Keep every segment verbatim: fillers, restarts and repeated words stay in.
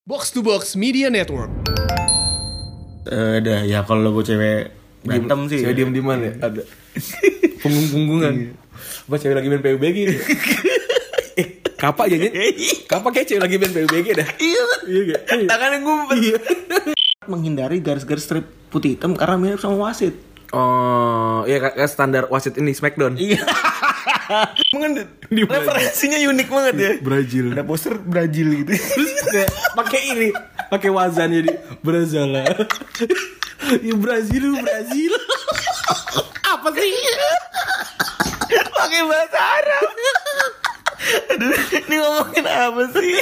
Box to Box Media Network. Eh, ada ya kalau logo cewek berantem sih. Cewek diem-dieman ya, ada. Punggung-punggungan. Apa cewek lagi main P U B G? eh, kapak aja nih. Kapak kayak cewek lagi main P U B G dah. Iya. Iya gak? Tangannya ngumpet. Iya. Menghindari garis-garis strip putih hitam karena mirip sama wasit. Oh, iya kayak standar wasit ini Smackdown. Iya. Mengen Di referensinya unik banget ya. Brazil. Ada poster Brazil gitu. Terus kayak pakai ini, pakai wazan jadi Brazala. Ya Brazil, Brazil. Apa sih? Pakai bahasa Arab. Aduh, ini ngomongin apa sih?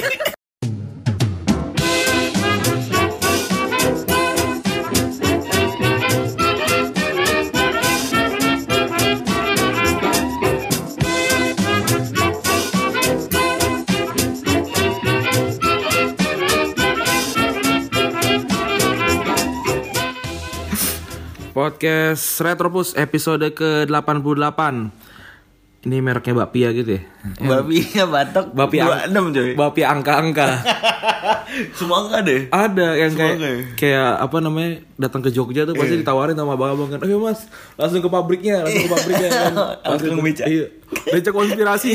Podcast Retropus episode ke delapan puluh delapan. Ini mereknya Bapia gitu ya. Babinya batok Bapia dua puluh enam coy. Bapia angka-angka. Semua enggak deh. Ada yang Semua kayak enggak ya? kayak apa namanya? Datang ke Jogja tuh pasti Iya. ditawarin sama abang-abang kan. "Ayo Mas, langsung ke pabriknya, langsung ke pabriknya kan." Langsung ke- beca. Iya. Beca konspirasi.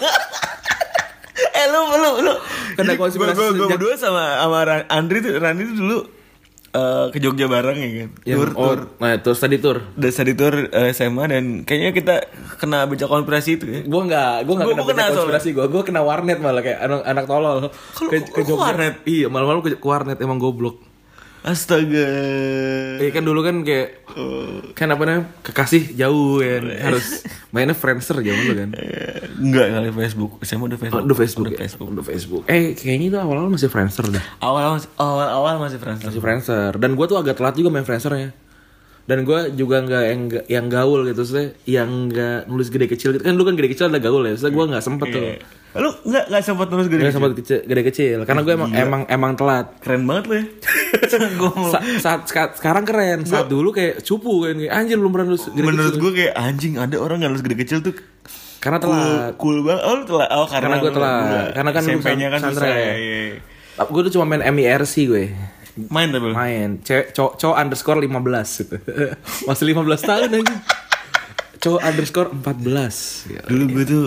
eh lu lu lu Kena Jadi konspirasi gua, gua, gua sejak- berdua sama sama Ran- Andri tuh Randy tuh dulu eh, ke Jogja bareng ya kan. Yang- Tur oh, tur. Nah, terus tadi tur. Udah tadi tur eh, S M A dan kayaknya kita kena beca konspirasi itu ya. Gue nggak, gue nggak Gua- kena, gua kena beca konspirasi gue, gue kena warnet malah kayak anak, anak tolol. Kalau- ke, kalau ke warnet? Iya, malam-malam ke, ke warnet emang goblok. Astaga. Iya kan dulu kan kayak kan apa namanya kekasih jauh kan harus mainnya Friendster zaman dulu kan. Eh, Enggak kali Facebook. S M A udah Facebook. Oh, udah Facebook, Udah ya? Facebook. Udah Facebook. Eh kayaknya itu awal-awal masih Friendster dah. Awal awal awal masih Friendster. Masih Friendster. Dan gue tuh agak telat juga main Friendsternya. Dan gue juga nggak yang yang gaul gitu, maksudnya yang nggak nulis gede kecil gitu kan. Dulu kan gede kecil ada gaul ya, maksudnya gue nggak sempet tuh. Iya. Lu enggak enggak sempat nulis gede. Nggak sempet kecil, gede kecil karena gue emang emang emang telat. Keren banget lu ya. Gua mau- Sa- saat, saat sekarang keren, saat dulu kayak cupu kan, kayak anjir belum pernah nulis gede Menurut kecil. gue kayak anjing ada orang yang nulis gede kecil tuh Karena telat. cool, cool banget. Oh, lu telat. Oh, karena Karena gue lu- telat. lu- Karena kan S M P-nya kan pesantren. susah. Ya, iya. Gue tuh cuma main M I R C gue. Main tapi lu. Main cewek cowok cowok underscore lima belas gitu. Masih lima belas tahun aja. Cowok underscore empat belas. Ya. Dulu gue tuh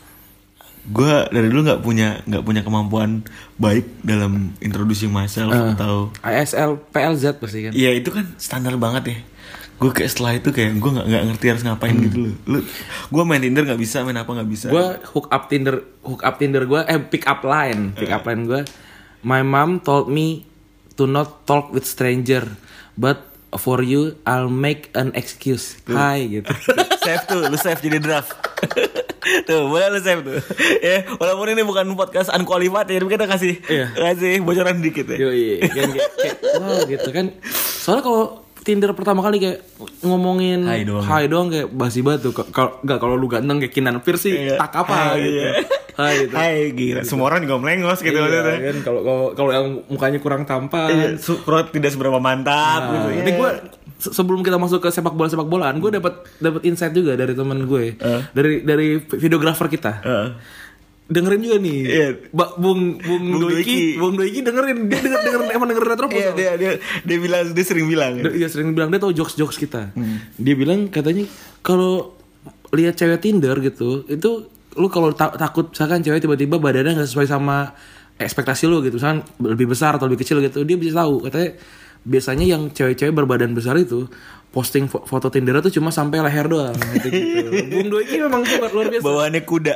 gue dari dulu nggak punya nggak punya kemampuan baik dalam introducing myself Uh. atau I S L P L Z pasti kan. ya itu kan standar banget ya. Gue kayak setelah itu kayak gue nggak nggak ngerti harus ngapain gitu loh. Lu gue main Tinder nggak bisa, main apa nggak bisa. Gue hook up Tinder, hook up Tinder gue, eh pick up line, pick up line gue. My mom told me to not talk with stranger, but for you I'll make an excuse. Hai gitu. Save tuh, lu save jadi draft. Tuh, boleh lu save tuh. Ya, walaupun ini bukan podcast unqualified ya, tapi kita kasih Iya. kasih bocoran dikit ya. Yoi, kan kayak, kayak wow gitu kan. Soalnya kalau Tinder pertama kali kayak ngomongin Hai doang. hai doang kayak basi banget tuh. Kalau enggak kalau lu ganteng kayak Kinan Pierce sih Iya. tak apa Hai, gitu. iya. Hai gitu. Hai, gila. Semua orang juga melengos gitu Iya, maksudnya. kan kalau kalau kalau yang mukanya kurang tampan. Iya, su- perut tidak seberapa mantap Nah, gitu. ini gue sebelum kita masuk ke sepak bola sepak bolaan, gue dapat dapat insight juga dari teman gue, Eh. dari dari videografer kita. Heeh. Dengerin juga nih, Iya. Ba- Bung Bung, Bung Doiki, Doiki. Bung Doiki dengerin, dia denger denger emang dengerin Retropus. Iya, dia dia dia bilang dia sering bilang. Dia, dia sering bilang dia tahu jokes jokes kita. Hmm. Dia bilang katanya kalau lihat cewek Tinder gitu, itu lu kalau ta- takut misalkan cewek tiba-tiba badannya nggak sesuai sama ekspektasi lu gitu, misalkan lebih besar atau lebih kecil gitu, dia bisa tahu katanya biasanya yang cewek-cewek berbadan besar itu posting fo- foto Tinder tuh cuma sampai leher doang gitu, gitu. Bung Doiki memang tuh luar biasa. Bawaannya kuda.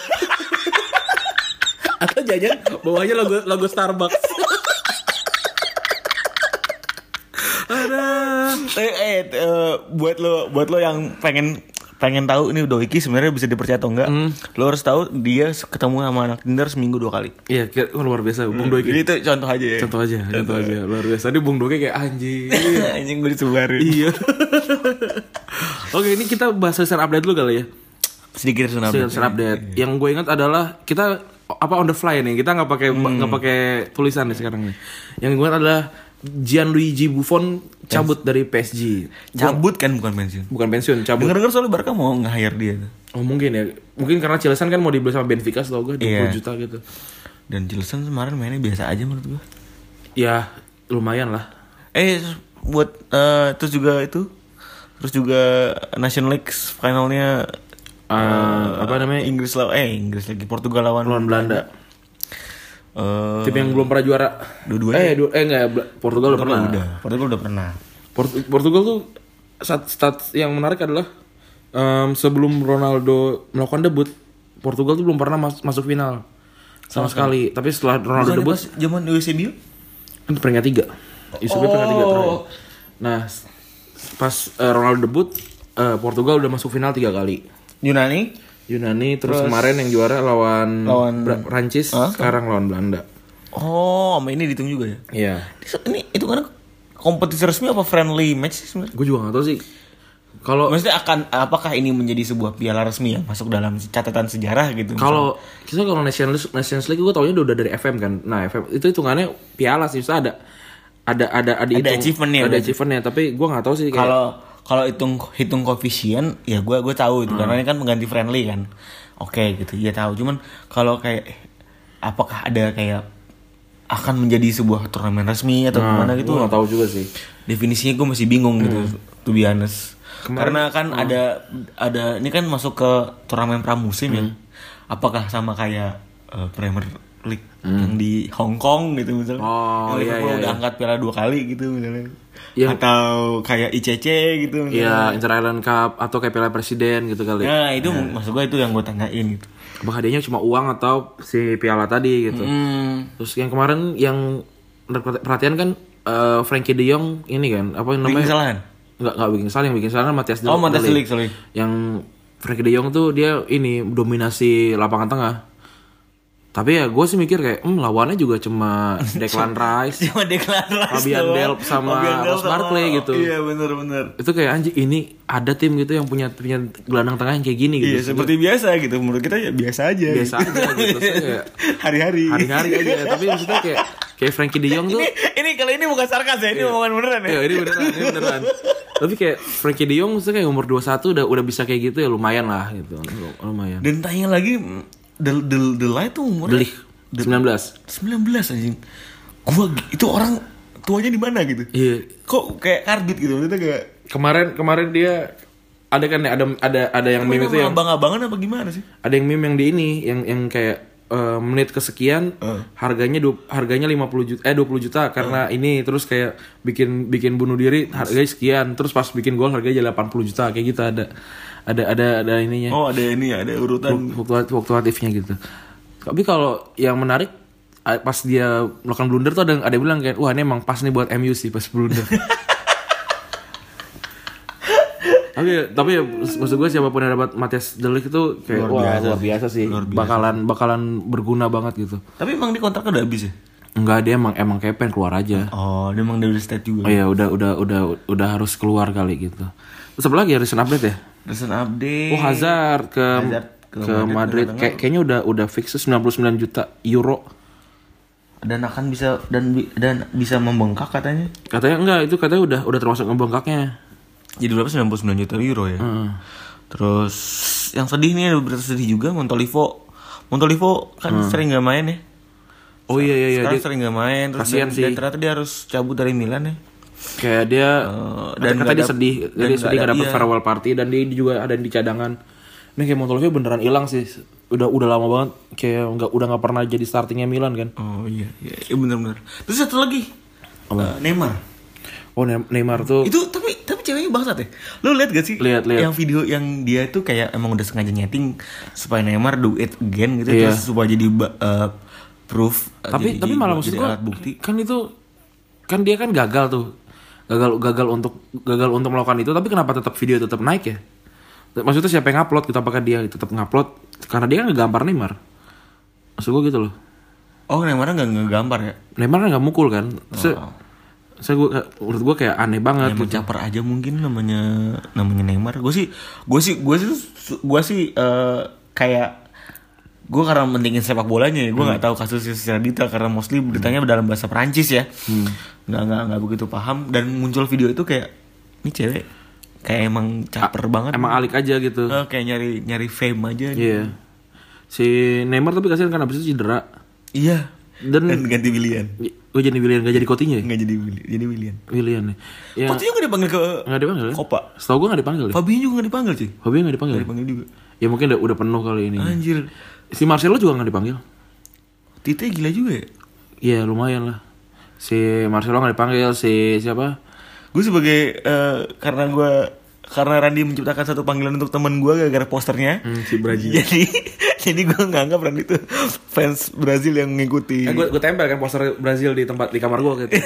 Atau jajan bawahnya logo logo Starbucks. Ada. eh, eh, eh, buat lo buat lo yang pengen pengen tahu ini Doiki sebenarnya bisa dipercaya atau enggak, lo harus tahu dia ketemu sama anak Tinder seminggu dua kali. Iya, kira- luar biasa Bung Doiki. Jadi itu contoh aja ya. Contoh aja, contoh aja luar biasa. Tadi Bung Doiki kayak anjing. Anjing gue disebarin. Iya. Oke, ini kita bahas recent update dulu kali ya. Sedikit recent update. Recent update. Yang gue ingat adalah kita apa on the fly nih. Kita nggak pakai nggak pakai tulisan nih sekarang nih. Yang gue ingat adalah Gianluigi Buffon cabut dari P S G. Cabut kan bukan pensiun. Bukan pensiun, cabut. Dengar-dengar soalnya Barca mau nge-hire dia tuh. Oh mungkin ya. Mungkin karena Chelsea kan mau dibeli sama Benfica setahu gue dua puluh Iya. juta gitu. Dan Chelsea kemarin mainnya biasa aja menurut gue. Ya lumayan lah. Eh buat eh, terus juga itu terus juga National League finalnya Uh, apa namanya? Inggris lawan eh Inggris lagi Portugal lawan Lawan Belanda. Eh, Tim yang belum pernah juara. Dua-duanya. Eh, du- eh enggak, Bel- Portugal udah pernah. udah Portugal udah pernah. Port- Portugal tuh stat, stat yang menarik adalah em, sebelum Ronaldo melakukan debut, Portugal tuh belum pernah mas- masuk final sama, sekali. Tapi setelah Ronaldo Bukan debut, pas zaman Eusebio? kan peringkat tiga. Eusebio peringkat tiga terakhir. Nah, s- pas eh, Ronaldo debut, eh, Portugal udah masuk final tiga kali. Yunani? Yunani terus, kemarin yang juara lawan, Lawan- Bra- Prancis, Hah? sekarang lawan Belanda. Oh, sama ini dihitung juga ya? Iya. Ini itu kan kompetisi resmi apa friendly match sih sebenarnya? Gue juga gak tahu sih. Kalau Maksudnya akan apakah ini menjadi sebuah piala resmi yang masuk dalam catatan sejarah gitu? Kalau kita kalau Nations Nations League gue taunya udah dari F M kan. Nah, F M itu hitungannya piala sih, misalnya ada ada ada ada, Ada hitung- achievementnya Ada berarti. achievementnya, tapi gue nggak tahu sih kayak Kalau kalau hitung hitung koefisien ya gue gue tahu itu Hmm. karena ini kan pengganti friendly kan. Oke gitu ya tahu. Cuman kalau kayak eh, apakah ada kayak akan menjadi sebuah turnamen resmi atau gimana gitu? gue nggak tahu juga sih. Definisinya gue masih bingung gitu, to be honest. Kemarin- Karena kan ada ada ini kan masuk ke turnamen pramusim ya. Apakah sama kayak eh, Premier League yang di Hong Kong gitu misalnya? Oh, yang iya, Liverpool iya, udah iya. angkat piala dua kali gitu misalnya. Yang- Atau kayak I C C gitu Iya, misalnya. Inter Island Cup atau kayak Piala Presiden gitu kali. Nah itu maksud gue itu yang gue tanyain gitu. Apakah hadiahnya cuma uang atau si piala tadi gitu. Hmm. Terus yang kemarin yang perhatian kan eh, Frankie De Jong ini kan apa yang Bikin namanya? kesalahan? Nggak nggak bikin kesalahan, yang bikin kesalahan kan Matias De Oh, Matias De Ligt. Ligt, sorry. Yang Frankie De Jong tuh dia ini dominasi lapangan tengah. Tapi ya gue sih mikir kayak, hmm, lawannya juga cuma Declan Rice, Cuma Declan Rice Fabian doang. Delp sama Fabian Delp Ross sama- Barkley gitu. Iya bener-bener. Itu kayak anjing ini ada tim gitu yang punya punya gelandang tengah yang kayak gini gitu. Iya seperti biasa gitu. Menurut kita ya biasa aja. Biasa gitu. aja gitu. Terus kayak Hari-hari. hari-hari aja. Tapi maksudnya kayak kayak Frankie De Jong tuh. Ini ini kalau ini bukan sarkas ya, ini omongan beneran ya. Ya ini beneran, ini beneran. Tapi kayak Frankie De Jong maksudnya kayak umur dua puluh satu udah udah bisa kayak gitu ya lumayan lah gitu. Lumayan. Dan tanya lagi The The The Light tuh umurnya Delik sembilan belas. sembilan belas anjing. Gua itu orang tuanya di mana gitu. Iya. Kok kayak karbit gitu maksudnya kayak Kemarin kemarin dia ada kan ya, ada ada ada yang meme itu yang abang-abangan apa gimana sih? ada yang meme yang di ini yang yang kayak eh, menit kesekian Uh. harganya du, harganya lima puluh juta eh dua puluh juta karena ini terus kayak bikin bikin bunuh diri harganya sekian terus pas bikin gol harganya delapan puluh juta kayak gitu ada ada ada ada ininya. Oh, ada ini ya, ada urutan. Fluktuatif fluktuatifnya gitu. Tapi kalau yang menarik a- pas dia melakukan blunder tuh ada ada yang bilang kayak wah ini emang pas nih buat M U sih pas blunder. tapi tapi ya, maksud gue siapapun yang dapat Matias De Ligt itu kayak Luar wah biasa luar sih. biasa sih. Luar biasa. Bakalan bakalan berguna banget gitu. Tapi emang di kontraknya udah habis ya? Enggak, dia emang emang kayak pengen keluar aja. Oh, dia emang dari state juga. Oh iya udah udah udah udah harus keluar kali gitu. Terus apa lagi recent update ya? Recent update. Oh Hazard ke Hazard ke, ke Madrid, Madrid, tengah-tengah. kayak kayaknya udah udah fix sembilan puluh sembilan juta euro. Dan akan bisa dan bi- dan bisa membengkak katanya. Katanya enggak, itu katanya udah udah termasuk ngebengkaknya. Jadi berapa sembilan puluh sembilan juta euro ya. Terus yang sedih nih ada berita sedih juga Montolivo. Montolivo kan sering gak main ya. Oh iya iya iya. Sekarang Dia, sering gak main terus kasihan dan, sih. dan ternyata dia harus cabut dari Milan ya. kayak dia Eh, dan dan katanya nggak dia dap- sedih, dan dia nggak sedih gak ada- dapet iya. farewell party dan dia juga ada di cadangan. Ini kayak Montolivo beneran hilang sih. Udah udah lama banget kayak nggak udah nggak pernah jadi startingnya Milan kan. Oh iya, iya, iya benar-benar. Terus satu lagi, Eh, Neymar. Oh Ne- Neymar tuh Itu tapi tapi ceweknya bangsat ya. Lu lihat gak sih? Lihat, lihat. Yang video yang dia tuh kayak emang udah sengaja nyeting supaya Neymar do it again gitu Iya. terus supaya jadi ba- eh, proof. eh, tapi jadi- tapi malah jadi maksud gua alat bukti. kan itu kan dia kan gagal tuh gagal gagal untuk gagal untuk melakukan itu tapi kenapa tetap video tetap naik ya maksudnya siapa yang ngupload gitu apakah dia tetap ngupload karena dia kan ngegampar Neymar maksud gua gitu loh Oh, Neymar nggak ngegambar ya? Neymar kan nggak mukul kan Se- saya gua menurut gua kayak aneh banget Emang gitu. caper aja mungkin namanya namanya Neymar. Gue sih gue sih gue sih gue sih eh, kayak gue karena mentingin sepak bolanya ya. Gue nggak tahu kasusnya secara detail karena mostly beritanya dalam bahasa Perancis ya. Nggak nggak nggak begitu paham dan muncul video itu kayak ini cewek kayak emang caper banget. Emang alik aja gitu. Eh, kayak nyari nyari fame aja. gitu. Iya. Si Neymar tapi kasihan kan abis itu cedera. Iya. Dan, Dan ganti Willian. gue jadi Willian gak jadi Coutinho ya? Nggak jadi Willian, jadi Willian. Willian ya. Ya, Coutinho nggak dipanggil ke nggak dipanggil ya? Copa. Setahu gue nggak dipanggil ya? Fabinho juga nggak dipanggil sih. Fabinho nggak dipanggil. Nggak dipanggil juga. Ya mungkin udah, udah penuh kali ini. Anjir. Si Marcelo juga nggak dipanggil. Tite gila juga ya. Iya lumayan lah. Si Marcelo nggak dipanggil, si siapa? Gue sebagai uh, karena gue karena Randy menciptakan satu panggilan untuk teman gue gara-gara posternya. Hmm, si Brazil. Jadi jadi gue nganggap Randy itu fans Brazil yang ngikuti. Eh, gue gue tempel kan poster Brazil di tempat di kamar gue gitu.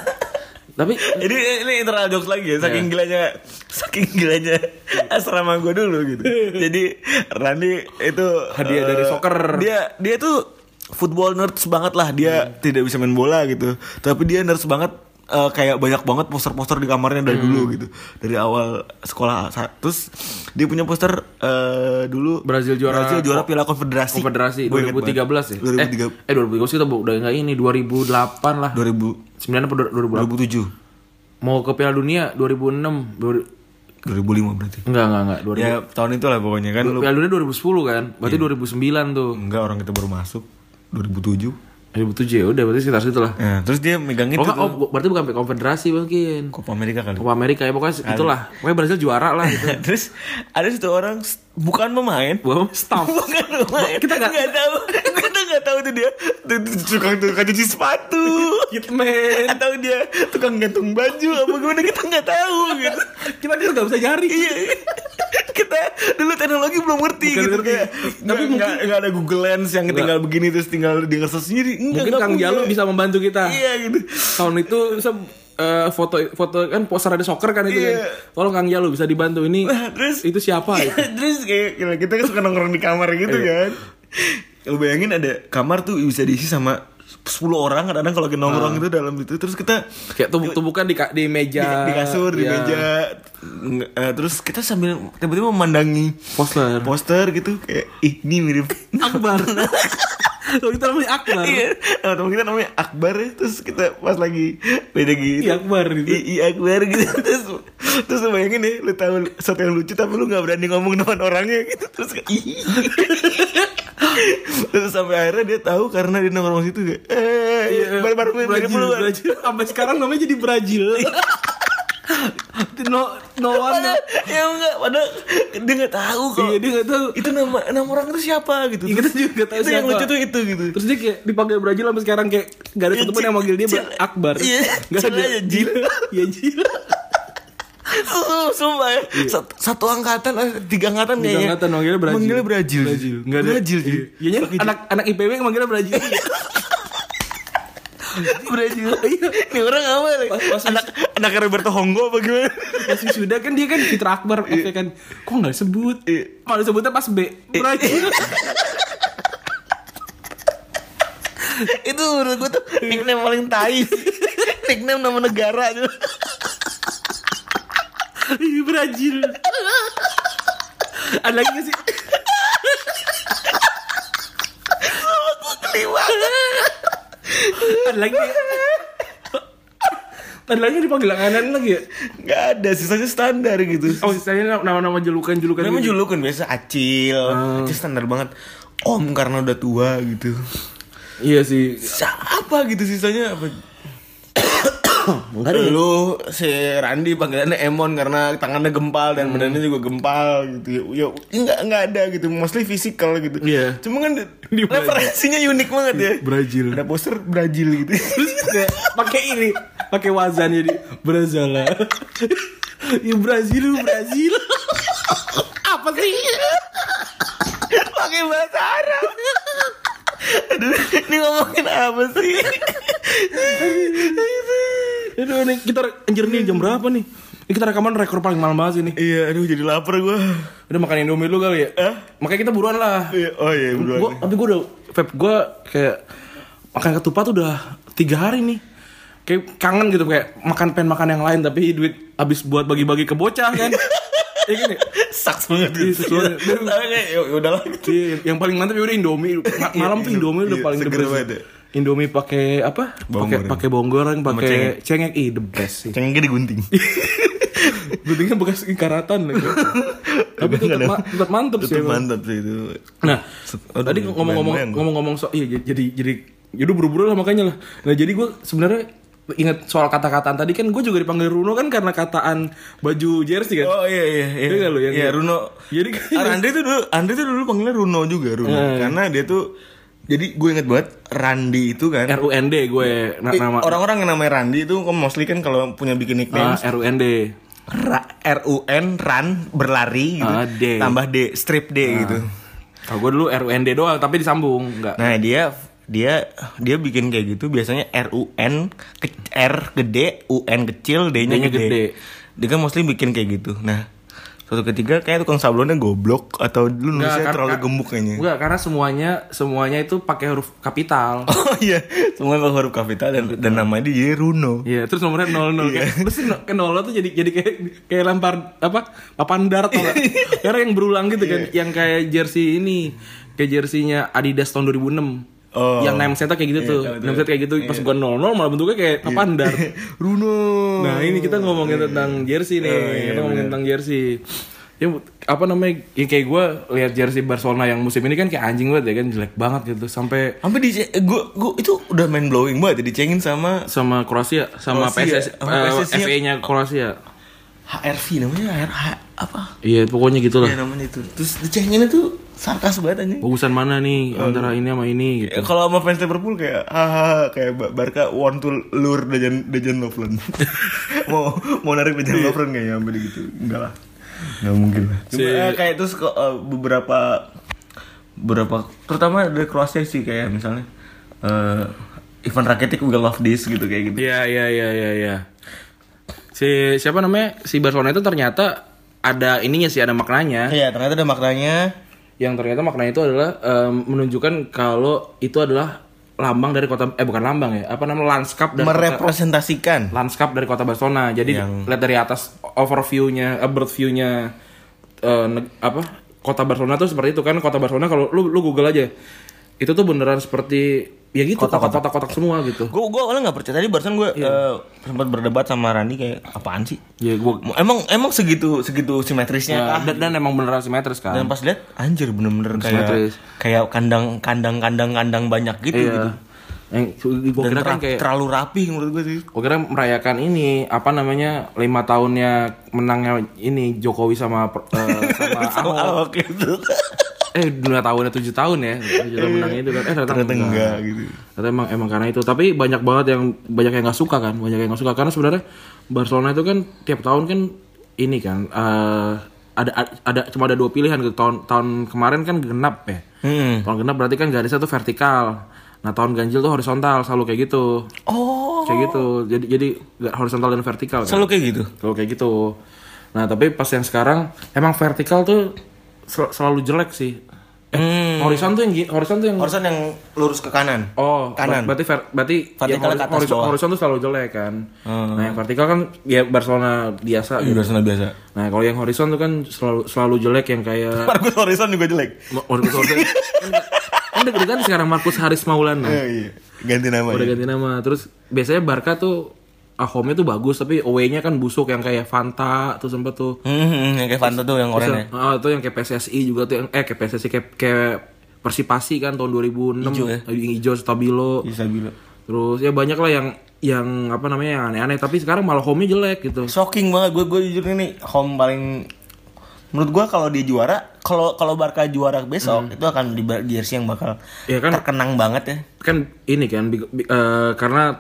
Tapi Jadi ini internal jokes lagi ya, saking gilanya, saking gilanya asrama gue dulu gitu. Jadi Randy itu Hadiah dari soccer. Dia dia tuh football nerds banget lah. Dia tidak bisa main bola gitu, tapi dia nerds banget. Uh, kayak banyak banget poster-poster di kamarnya dari dulu gitu, dari awal sekolah. Terus dia punya poster uh, dulu Brazil juara Brazil juara Piala Konfederasi Konfederasi Gua dua inget ribu tiga belas ya. banget. dua ribu tiga Eh, eh dua ribu tiga belas kita udah enggak ini dua ribu delapan lah. dua ribu sembilan apa dua ribu dua delapan? ribu tujuh Mau ke Piala Dunia dua ribu enam. dua dua ribu lima berarti. Enggak, enggak, enggak. dua ribu Ya tahun itu lah pokoknya kan. Lu Piala Dunia dua ribu sepuluh kan? Berarti dua ribu sembilan tuh. enggak, orang kita baru masuk dua ribu tujuh. dua ribu tujuh ya udah berarti sekitar situ lah. Nah, terus dia megang itu Oh, enggak, tuh. oh, bu- berarti bukan sampai konfederasi mungkin. Copa America kali. Copa Amerika ya pokoknya itulah. Pokoknya Brazil juara lah gitu. Terus ada satu orang s- bukan pemain, Wow, staff. bukan pemain. Kita nggak- nggak tahu, kita nggak tahu itu dia tuh- tuh tukang tukang cuci sepatu, Hitman. atau dia tukang gantung baju apa gimana kita nggak tahu gitu. Kita kan nggak bisa nyari. Iya, kita dulu teknologi belum ngerti Bukan gitu ngerti. kayak. Tapi Tapi mungkin- nggak nggak ada Google Lens yang tinggal begini terus tinggal di ngeses sendiri. Nggak, Mungkin nggak Kang punya. Jalu bisa membantu kita. Iya gitu. Tahun itu bisa eh, foto foto kan poster ada soccer kan itu Iya. kan. Tolong Kang Jalu bisa dibantu ini. Nah, terus Itu siapa itu? terus kayak kayak kita kan suka nongkrong di kamar gitu kan. Lu bayangin ada kamar tuh bisa diisi sama sepuluh orang kadang-kadang kalau kita nongkrong itu dalam itu terus kita Kayak tumbuk-tumbukan di, ka- di di, meja di kasur di Iya. meja. Nge- eh, terus kita sambil tiba-tiba memandangi Poster. poster gitu kayak ih ini mirip Akbar. Kalau kita namanya Akbar. Iya, nama teman kita namanya Akbar ya. Terus kita pas lagi beda gitu. Iya, Akbar gitu. I, I Akbar gitu. Terus terus lu bayangin nih, lu tahu sesuatu yang lucu tapi lu nggak berani ngomong depan orangnya gitu. Terus kayak ih. Terus sampai akhirnya dia tahu karena dia nongkrong situ kayak eh baru-baru mirip Brazil, lu kan. Brazil. Sampai sekarang namanya jadi Brazil. no no one. Padahal, ya enggak, padahal dia nggak tahu kok. Iya dia nggak tahu. Itu nama nama orang itu siapa gitu. Iya, kita juga nggak tahu itu yang siapa. lucu tuh itu gitu. Terus dia kayak dipanggil Brazil sampai sekarang kayak gak ada satupun yang manggil dia Cil- Akbar. Iya, Gak Cil ada. aja, Jil. Iya Jil. Sumpah, sumpah ya. Satu, satu angkatan, eh, tiga angkatan Tiga kayaknya. angkatan manggilnya Brazil. Manggilnya Brazil. Brazil. Nggak ada. Brazil. Ji. Iya, iya, anak anak I P B yang manggilnya Brazil. Brazil. Ini orang apa nih? Pas- pas- Anak anak Roberto Honggo apa gimana? Masih sudah kan dia kan Fitra Akbar F kan. Kok enggak disebut? Iya. Malah disebutnya pas B. Brazil. Itu menurut gue tuh nickname paling tai. Nickname nama negara gitu. Ih, Brazil. Ada lagi gak sih? Kelima. Ada lagi. Ada lagi yang dipanggil kanan lagi ya? Gak ada, sisanya standar gitu. Oh, sisanya nama-nama julukan-julukan. Memang gitu. julukan biasa Acil. Acil standar banget. Om karena udah tua gitu. Iya sih. Siapa gitu sisanya apa? Lu si Randy panggilannya Emon karena tangannya gempal dan badannya juga gempal gitu. Ya enggak enggak ada gitu, mostly physical gitu. Iya. Cuma kan Di referensinya unik banget ya. Brazil. Ada poster Brazil gitu. Terus kayak pakai ini, pakai wazan jadi Brazala. Ya Brazil, Brazil. Apa sih? Pakai bahasa Arab. Aduh, ini ngomongin apa sih? Aduh, nih kita anjir nih jam berapa nih? Ini kita rekaman rekor paling malam banget ini. Iya, aduh jadi lapar gue. Udah makan Indomie dulu kali ya? Hah? Makanya kita buruan lah. Iya, oh iya, berdua. Gua, tapi gue udah, Feb, gue kayak makan ketupat tuh udah tiga hari nih. Kayak kangen gitu, kayak makan pengen makan yang lain tapi duit habis buat bagi-bagi ke bocah kan. Iya gini. Saks banget Iya, gitu. sesuai. Tapi kayak ya udahlah. Iya, yang paling mantap ya udah Indomie. Ma- malam tuh Indomie udah Iya, paling the seger best. banget ya. Indomie pakai apa? Bawang Pakai goreng. pakai bawang goreng, pakai cengek. cengek. Ih, the best sih. Cengengnya digunting. Guntingnya bekas karatan lagi. Tapi tetap ma- tetap mantep sih. Itu emang. mantap sih itu. Nah, Aduh, tadi ngomong-ngomong goyang-goyang gua. ngomong-ngomong so iya jadi jadi Jadi buru-buru lah makanya lah. Nah jadi gue sebenarnya ingat soal kata-kataan tadi kan gue juga dipanggil Runo kan karena kataan baju jersey kan. Oh iya iya iya. Iya lu yang iya, Runo. Jadi kan Andre tuh dulu Andre tuh dulu panggilnya Runo juga Runo. Hmm. Karena dia tuh jadi gue inget banget Randi itu kan. R U N D gue na- nama Orang-orang yang namanya Randi itu mostly kan kalau punya bikin nickname uh, R U N D. Ra- R U N run berlari gitu. Ah, D. Tambah D strip D gitu. Kalau gue dulu R U N D doang tapi disambung enggak. Nah, dia dia dia bikin kayak gitu biasanya R U N ke, R gede, U N kecil, D-nya D-nya gede. gede. Dia kan mostly bikin kayak gitu. Nah, suatu ketika kayak tukang sablonnya goblok atau dulu nulisnya Nggak, terlalu kar- gemuk kayaknya. Enggak, karena semuanya semuanya itu pakai huruf kapital. Oh iya, semua pakai huruf kapital dan dan namanya dia Runo. Iya, terus nomornya nol nol kayak terus no- ke nol tuh jadi jadi kayak kayak lempar apa? Papan dart atau karena yang berulang gitu kan, yang kayak jersey ini, kayak jersinya Adidas tahun dua ribu enam. Oh. Yang nameset kayak gitu Iya, tuh. tahu, tahu. Nameset kayak gitu pas gua nol nol malah bentuknya kayak papan dart. Runo. Nah, ini kita ngomongin tentang jersey nih. Oh, iya, kita ngomongin bener. tentang jersey. Ya apa namanya? Ya, kayak gue lihat jersey Barcelona yang musim ini kan kayak anjing banget ya kan, jelek banget gitu sampai Sampai di gue gue itu udah main blowing banget ya, dicengin sama sama Kroasia sama Kroasia. P S S Sama eh, P S S-nya. F A-nya Kroasia. H R V namanya H R H apa? Iya, pokoknya gitulah. Iya namanya itu. Terus dicenginnya tuh sarkas banget anjing. Bagusan mana nih antara ini sama ini Ya, gitu. kalau sama fans Liverpool kayak hahaha kayak Ba- Barca want to lure Dejan Dejan Lovren. mau mau narik Dejan Lovren kayaknya sampai gitu. Enggak lah. Enggak mungkin lah. Cuma Si- eh, kayak terus kok eh, beberapa beberapa terutama dari Kroasia sih kayak misalnya eh Ivan Rakitic will love this gitu kayak gitu. Iya, iya, iya, iya, iya. Si siapa namanya? Si Barcelona itu ternyata ada ininya sih, ada maknanya. Iya, ternyata ada maknanya. Yang ternyata maknanya itu adalah em, menunjukkan kalau itu adalah lambang dari kota eh bukan lambang ya, apa namanya lanskap dari kota, Merepresentasikan. lanskap dari kota Barcelona. Jadi Yang- lihat dari atas overview-nya, uh, bird view-nya eh, neg- apa kota Barcelona tuh seperti itu kan. Kota Barcelona kalau lu lu Google aja. Itu tuh beneran seperti ya gitu, Kotak-kotak. kotak-kotak semua gitu. Gue gue awalnya nggak percaya tadi barusan gue eh, sempat berdebat sama Randi kayak apaan sih? Ya gua Emang emang segitu segitu simetrisnya ya, kah? dan, dan emang beneran simetris kan. Dan pas lihat anjir bener-bener kayak Simetris. kayak kandang kandang kandang kandang banyak gitu gitu. Iya. Yang gue Dan kira kan ter- kayak terlalu rapi menurut gue sih. gue kira merayakan ini apa namanya lima tahunnya menangnya ini Jokowi sama per- eh, sama Ahok. Ahok gitu. Eh dua tahunnya tujuh tahun ya tujuh tahun menang itu kan. Eh ternyata, Ternyata enggak. enggak gitu. Ternyata emang emang karena itu. Tapi banyak banget yang banyak yang nggak suka kan, banyak yang nggak suka karena sebenarnya Barcelona itu kan tiap tahun kan ini kan eh, ada ada cuma ada dua pilihan gitu. Tahun tahun kemarin kan genap ya. Hmm. Tahun genap berarti kan garisnya tuh vertikal. Nah tahun ganjil tuh horizontal, selalu kayak gitu. Oh. Kayak gitu. Jadi jadi nggak horizontal dan vertikal kan. Selalu kayak gitu. Selalu kayak gitu. Nah tapi pas yang sekarang emang vertikal tuh sel- selalu jelek sih. Eh, Hmm. horizon tuh yang gi- horizon tuh yang Horizon yang lurus ke kanan. oh kanan. ber- berarti ver- berarti Vertikal yang hori- ke atas horizon, bawah. horizon tuh selalu jelek kan. Hmm. Nah yang vertikal kan ya Barcelona biasa Iya, gitu. Barcelona biasa. Nah kalau yang horizon tuh kan selalu selalu jelek yang kayak Marcus Horizon juga jelek. Ma- Marcus Horizon kan, kan udah ganti sekarang Marcus Haris Maulana. Eh, iya. Ganti nama. Udah ya. ganti nama. Terus biasanya Barca tuh ah, home-nya tuh bagus tapi away-nya kan busuk yang kayak Fanta tuh sempet tuh. Hmm, hmm, yang kayak Fanta tuh yang oranye. Ah, itu yang kayak P S S I juga tuh yang eh kayak P S S I kayak, kayak Persipasi kan tahun dua ribu enam Ijo ya? yang hijau Stabilo. Bisa bila. Terus ya banyak lah yang yang apa namanya yang aneh-aneh tapi sekarang malah home-nya jelek gitu. Shocking banget gue gue jujur ini home paling menurut gue kalau dia juara kalau kalau Barca juara besok itu akan di di jersey yang bakal Ya kan- terkenang banget ya. Kan ini kan bi- bi- eh, karena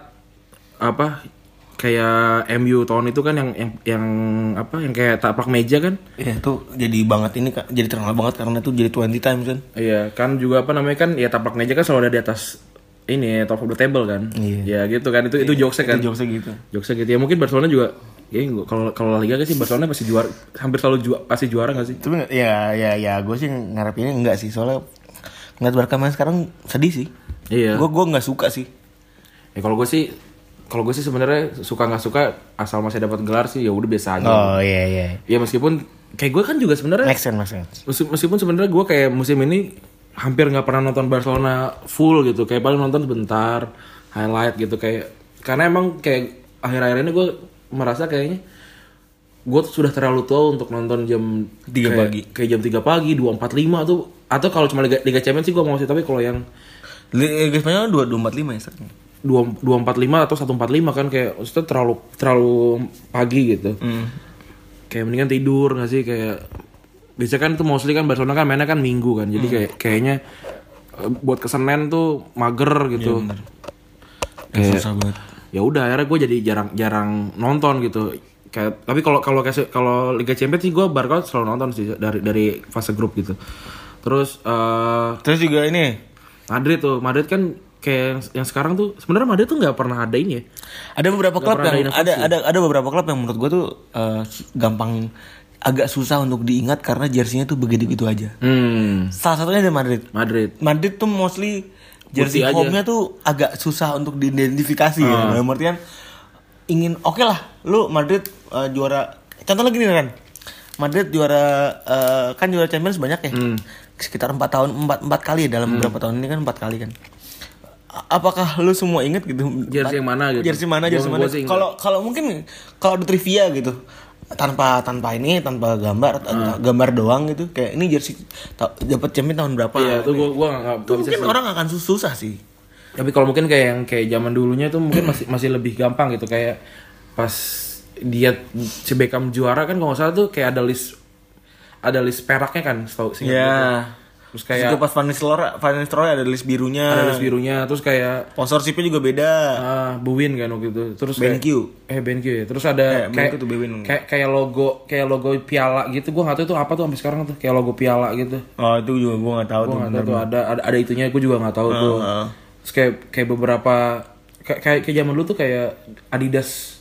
apa kayak M U tahun itu kan yang yang yang apa yang kayak taplak meja kan. Iya tuh jadi banget ini Kak. Jadi terkenal banget karena tuh jadi twenty times kan. Iya kan juga apa namanya kan ya taplak meja kan selalu ada di atas ini top of the table kan. Iya. Ya gitu kan itu itu jokesnya kan. Itu jokesnya gitu. Jokesnya gitu ya mungkin Barcelona juga ya gua- kalau kalau La Liga kan sih Barcelona pasti juara hampir selalu juara pasti juara nggak sih? Tapi nggak- ya ya ya gue sih ngarepinnya enggak sih soalnya ngeliat Barca main sekarang sedih sih. Iya. Gue gue nggak suka sih. Ya kalau gue sih kalau gue sih sebenarnya suka nggak suka asal masih dapat gelar sih ya udah biasa aja. Oh iya iya. Ya meskipun kayak gue kan juga sebenarnya Make sense make sense. meski- meskipun sebenarnya gue kayak musim ini hampir nggak pernah nonton Barcelona full gitu kayak paling nonton sebentar highlight gitu kayak karena emang kayak akhir-akhir ini gue merasa kayaknya gue tuh sudah terlalu tua untuk nonton jam Tiga kayak- pagi. kayak jam tiga pagi dua empat lima tuh atau kalau cuma Liga, Liga Champions sih gue mau sih tapi kalau yang Liga Spanyol dua dua empat lima ya sekarang. dua empat lima atau satu empat lima kan kayak maksudnya terlalu terlalu pagi gitu. Hmm. Kayak mendingan tidur nggak sih kayak biasanya kan tuh mostly kan Barcelona kan mainnya kan minggu kan. Jadi kayak kayaknya eh, buat ke Senin tuh mager gitu. Iya, Kayak susah banget. ya udah akhirnya gue jadi jarang-jarang nonton gitu. Kayak tapi kalau kalau kayak kalau Liga Champions sih gue Barca selalu nonton sih dari dari fase grup gitu. Terus eh Terus juga ini Madrid tuh, Madrid kan kayak yang, yang sekarang tuh sebenarnya Madrid tuh nggak pernah ada ini ya. ada beberapa Nggak klub pernah yang ada ada inovasi. ada ada beberapa klub yang menurut gue tuh eh, gampang agak susah untuk diingat karena jersinya tuh begitu-gitu aja. Hmm, Salah satunya ada Madrid. Madrid. Madrid tuh mostly jersey Putih aja. home-nya tuh agak susah untuk diidentifikasi ya. Dalam artian ingin oke lah, lu Madrid eh, juara. Contohnya gini kan, Madrid juara eh, kan juara Champions banyak ya, sekitar empat tahun empat empat kali ya, dalam beberapa tahun ini kan empat kali kan. A- Apakah lu semua inget gitu? Jersey yang mana gitu? Jersey mana, jersey Gua- mana? gua sih ingat. Kalau kalau mungkin kalau ada trivia gitu, tanpa tanpa ini tanpa gambar tanpa gambar doang gitu, kayak ini jersey ta- dapat Champions tahun berapa? Iya, tuh gua gua nggak Itu nggak bisa mungkin sih. orang akan sus- susah sih. Tapi kalau mungkin kayak yang kayak zaman dulunya tuh mungkin masih masih lebih gampang gitu kayak pas dia si Beckham juara kan kalau nggak salah tuh kayak ada list ada list peraknya kan setahu singkat Iya. gue. Terus kayak Juga pas Van Nistelrooy, Van Nistelrooy ada list birunya. ada list birunya terus kayak Sponsorshipnya juga beda. ah Buwin kan waktu itu. Terus B N Q. kayak, eh B N Q ya. Terus ada Eh, kayak B N Q tuh Bwin. kayak kayak logo kayak logo piala gitu. Gua nggak tahu itu apa tuh sampai sekarang tuh kayak logo piala gitu. Oh itu juga gue nggak tahu Gua tuh. nggak tahu tuh ada, ada ada itunya gue juga nggak tahu tuh. Heeh. Terus kayak kayak beberapa kayak kayak, kayak zaman dulu tuh kayak Adidas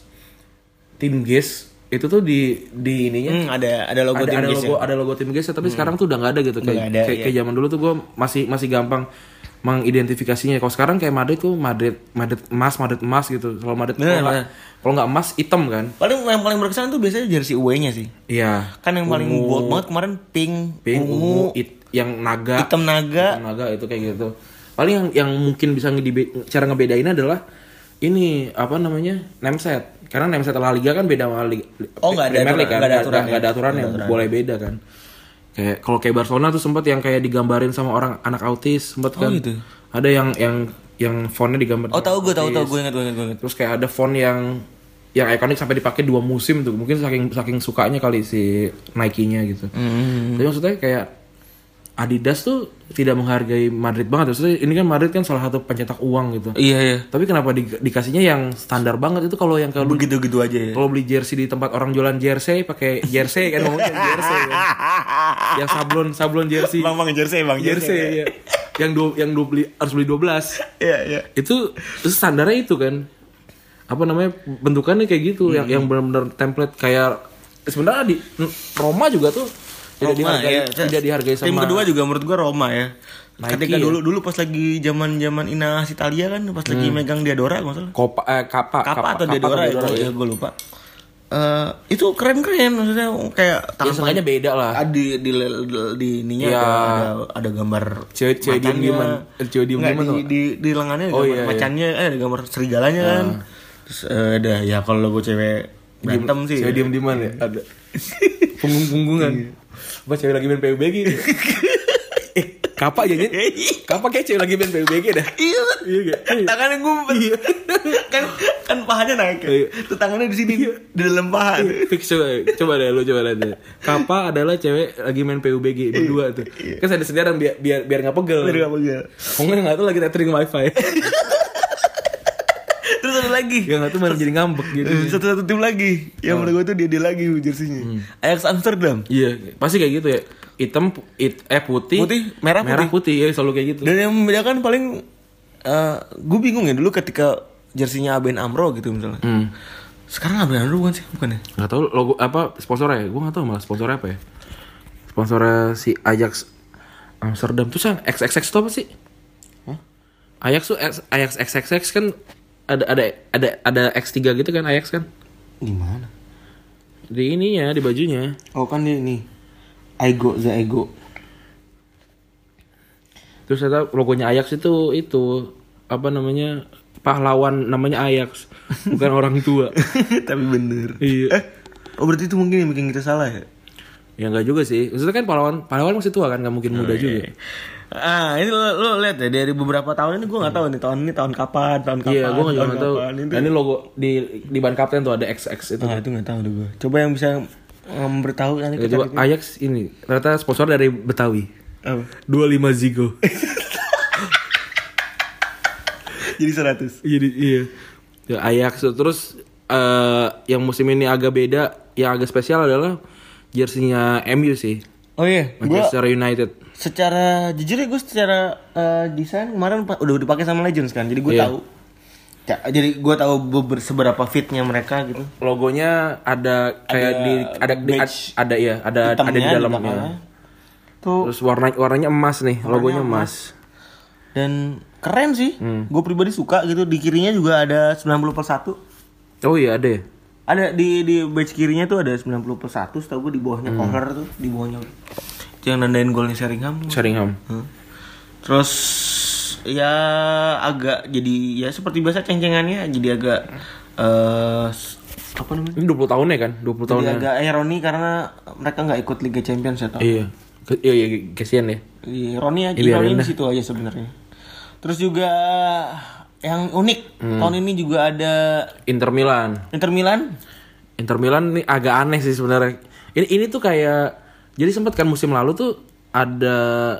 Team Gaze itu tuh di di ininya Hmm, ada ada logo ada, tim ada Gaze logo ya? ada logo tim Gaze tapi sekarang tuh udah nggak ada gitu kayak nggak ada, kayak, iya. kayak zaman dulu tuh gue masih masih gampang mengidentifikasinya. Kalau sekarang kayak Madrid tuh Madrid Madrid emas Madrid emas gitu. Kalau Madrid Bener, kalau nggak bener. kalau nggak emas hitam kan. Paling yang paling berkesan tuh biasanya jersey away-nya sih. Iya. Kan yang paling Ungu, bold banget kemarin pink, pink ungu, ungu it- yang naga hitam naga. hitam naga itu kayak gitu. Paling yang yang mungkin bisa ngedibe- cara ngebedainnya adalah ini apa namanya name set. Karena name set La Liga kan beda sama Liga, Oh, nggak ada Premier aturan- League kan. nggak ada Nggak- aturannya. nggak ada aturan Nggak yang ada aturan. boleh beda kan. Kayak kalau kayak Barcelona tuh sempat yang kayak digambarin sama orang anak autis sempat kan. gitu. Ada yang yang yang fontnya digambar. Oh tahu gue tahu autis. tahu gue ingat gue ingat gue ingat. Terus kayak ada font yang yang ikonik sampai dipakai dua musim tuh. Mungkin saking saking sukanya kali si Nike-nya gitu. Hmm. Tapi maksudnya kayak Adidas tuh tidak menghargai Madrid banget. Maksudnya ini kan Madrid kan salah satu pencetak uang gitu. Iya iya. Tapi kenapa di- dikasihnya yang standar banget itu kalau yang kalau Begitu-gitu aja ya. kalau beli jersey di tempat orang jualan jersey pakai jersey kan ngomongnya jersey kan. Yang sablon sablon jersey. Bang bang jersey bang jersey ya. Yang dua yang dua beli harus beli dua belas. Iya iya. Itu itu standarnya itu kan. Apa namanya bentukannya kayak gitu yang yang benar-benar template kayak sebenarnya di Roma juga tuh tidak Roma, dihargai ya. tidak dihargai sama Tim kedua juga menurut gua Roma ya. Nike Ketika ya. dulu dulu pas lagi zaman-zaman Inas Italia kan pas lagi megang Diadora kalau salah. Copa eh, Kappa Kappa atau Diadora itu ya gue lupa. Eh itu keren-keren maksudnya kayak Ya tangan sengaja beda lah. Ah, di di di, di ininya Ya. ada, ada ada gambar Cewek- cewek macannya. diem-dieman. Eh, cewek diem-dieman Nggak, tuh. di, di di lengannya ada Oh, gambar iya, iya. macannya eh, ada gambar serigalanya kan. Terus eh, ada ya kalau logo cewek berantem sih. Cewek diem-dieman ya ada. Punggung-punggungan. Apa cewek lagi main P U B G nih? Eh, Kappa aja Kappa kayak cewek lagi main P U B G dah. Iya, Iya gak? tangannya ngumpet. kan kan pahanya naik. Kan? Iya. Tuh tangannya di sini di dalam paha. Fix coba, coba deh lu coba lihat deh. Kappa adalah cewek lagi main P U B G berdua tuh. Kan ada sediaran biar biar biar nggak pegel. Biar nggak pegel. Kok nggak tuh lagi tethering wifi. Terus ada lagi. Yang nggak tuh malah jadi ngambek gitu. Satu-satu tim lagi. Yang menurut gue tuh dia dia lagi jersinya. Ajax Amsterdam. Iya, pasti kayak gitu ya. Hitam, pu- it, eh putih, Putih, merah, merah putih. Ya selalu kayak gitu. Dan yang membedakan paling eh gue bingung ya dulu ketika jersinya Aben Amro gitu misalnya. Hmm. Sekarang Aben Amro bukan sih? Bukan ya? Nggak tahu logo apa sponsornya? Gue nggak tahu malah sponsornya apa ya. Sponsornya si Ajax Amsterdam tuh yang X X X itu apa sih? Ajax tuh X- Ajax X X X kan ada ada ada ada X tiga gitu kan Ajax kan? Gimana? Di ininya, di bajunya. Oh kan dia nih. Ego, The Ego. Terus ada logonya Ajax itu itu apa namanya? Pahlawan namanya Ajax, bukan orang tua. Tapi bener. Iya. Oh berarti itu mungkin yang bikin kita salah ya? Ya enggak juga sih. Maksudnya kan pahlawan pahlawan masih tua kan, enggak mungkin muda juga. Ah, ini lo, lo lihat ya dari beberapa tahun ini gue nggak tahu nih tahun ini tahun kapan, tahun kapan. Iya, gue juga tahun nggak tahu. kapan. Ini- Nah, ini logo di di ban kapten tuh ada X X itu. Ah, itu nggak tahu deh gue. Coba yang bisa memberitahu kan Ya, coba Ajax ini ternyata sponsor dari Betawi. Apa? dua puluh lima Zigo. Jadi seratus. Jadi iya. Ya, Ajax terus eh, yang musim ini agak beda, yang agak spesial adalah jersinya M U sih. Oh iya, gue Manchester United. secara jujur ya gue secara eh, desain kemarin pa- udah dipakai sama Legends kan, jadi gue Iya. tahu. Ya, jadi gue tahu beber, seberapa fitnya mereka gitu. Logonya ada kayak Ada di ada di, badge ada ya, ada hitamnya ada di di dalamnya. belakangnya. Tuh Terus warna warnanya emas nih, logonya emas. dan keren sih. Hmm. Gue pribadi suka gitu. Di kirinya juga ada sembilan puluh per satu. Oh iya ada ya. Ada di di badge kirinya tuh ada sembilan puluh per satu, setahu gue di bawahnya Hmm. corner tuh, di bawahnya. Itu yang nandain golnya Sheringham. Sheringham. Hmm. Terus ya agak jadi ya seperti biasa ceng-cengannya jadi agak eh apa namanya? Ini dua puluh tahun ya kan? dua puluh tahun. Jadi agak ironi karena mereka nggak ikut Liga Champions ya tau. Iya. Ke- Iya iya kasihan ya. Ironi aja, Iya, ironi biarin di situ aja sebenarnya. Terus juga yang unik tahun ini juga ada Inter Milan. Inter Milan. Inter Milan ini agak aneh sih sebenarnya. Ini ini tuh kayak jadi sempat kan musim lalu tuh ada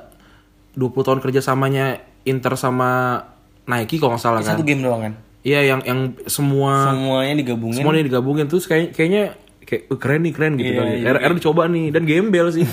dua puluh tahun kerjasamanya Inter sama Nike kalau nggak salah kan. Satu game doang kan. Iya yang yang semua Semuanya digabungin. semuanya digabungin terus kayak kayaknya kayak "Uh, keren nih keren gitu Iya, kan. iya. R R dicoba nih dan gembel sih.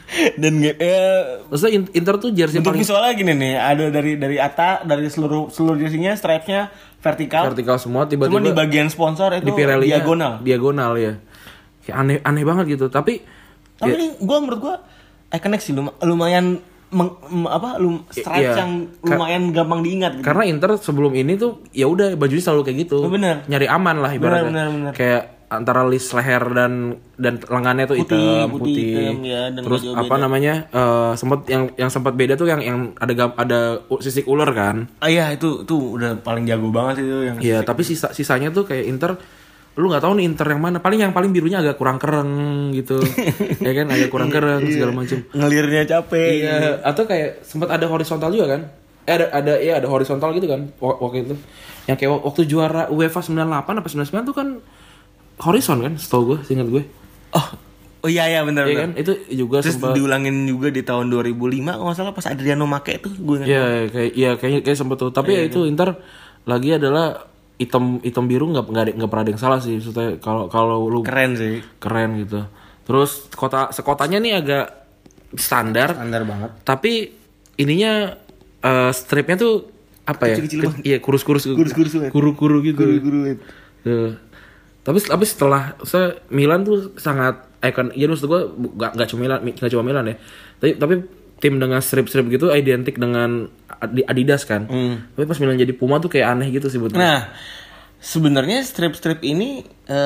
Dan ge- eh, Maksudnya In- Inter tuh jersey untuk paling visualnya gini nih, ada dari dari atas dari seluruh seluruh jersinya stripesnya vertikal. vertikal semua Cuma di tiba-tiba bagian sponsor itu di Pirelli diagonal. diagonal ya. Kayak aneh aneh banget gitu. Tapi Tapi ini gue menurut gue iconic sih lum- lumayan meng, em- apa lum, stripes iya. yang lumayan gampang diingat gitu. karena Inter sebelum ini tuh ya udah bajunya selalu kayak gitu. Oh, bener. Nyari aman lah ibaratnya. Bener, bener, bener. Kayak antara list leher dan dan lengannya tuh Putih, hitam, putih, putih. hitam, ya, dan Terus nggak jauh apa beda. namanya? eh sempat yang yang sempat beda tuh yang yang ada gam- ada u- sisik ular kan. Ah iya itu tuh udah paling jago banget sih itu yang. Iya, tapi sisa sisanya tuh kayak Inter lu nggak tahu nih Inter yang mana. Paling yang paling birunya agak kurang kereng gitu. Ya kan agak kurang kereng segala macam. Ngelirnya capek. Iya, atau kayak sempat ada horizontal juga kan? Eh ada ada ya ada horizontal gitu kan wak- waktu itu. Yang kayak wak- waktu juara UEFA sembilan puluh delapan apa sembilan puluh sembilan tuh kan horizon kan, setahu gue, seingat gue. Oh, oh iya iya benar Iya benar. kan? Itu juga Terus sempat diulangin juga di tahun dua ribu lima kalau nggak salah pas Adriano make tuh gue ingat. Iya, kayak iya kayaknya kayak sempat tuh. Tapi ya itu Inter lagi adalah hitam hitam biru nggak nggak ada- nggak pernah ada yang salah sih. Maksudnya kalau kalau lu Keren sih. keren gitu. Terus kota sekotanya nih agak standar, Standar banget. tapi ininya eh, stripnya tuh apa ya? Kecil-kecil Ke- banget. Iya kurus-kurus, Kurus-kurus banget. kuru-kuru gitu. Guru-guru itu. Tuh. Tapi tapi setelah saya Milan tuh sangat ikon. Ya maksud gue nggak nggak cuma Milan, nggak cuma Milan ya. Tapi tapi tim dengan strip-strip gitu identik dengan Adi- Adidas kan. Tapi pas Milan jadi Puma tuh kayak aneh gitu sih buat gue. Nah, sebenarnya strip-strip ini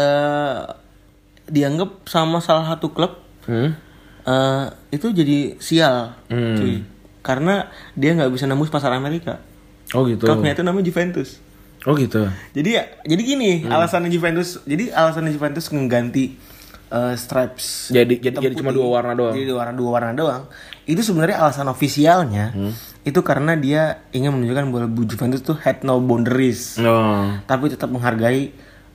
eh dianggap sama salah satu klub Hmm? eh itu jadi sial, cuy. Karena dia nggak bisa nembus pasar Amerika. Oh gitu. Klubnya itu namanya Juventus. Oh gitu. Jadi ya, jadi gini, alasannya Juventus, jadi alasannya Juventus mengganti eh, stripes. Jadi jadi, hitam jadi cuma putih, dua warna doang. Jadi dua warna dua warna doang. Itu sebenarnya alasan ofisialnya itu karena dia ingin menunjukkan bahwa Juventus tuh had no boundaries. Oh. Tapi tetap menghargai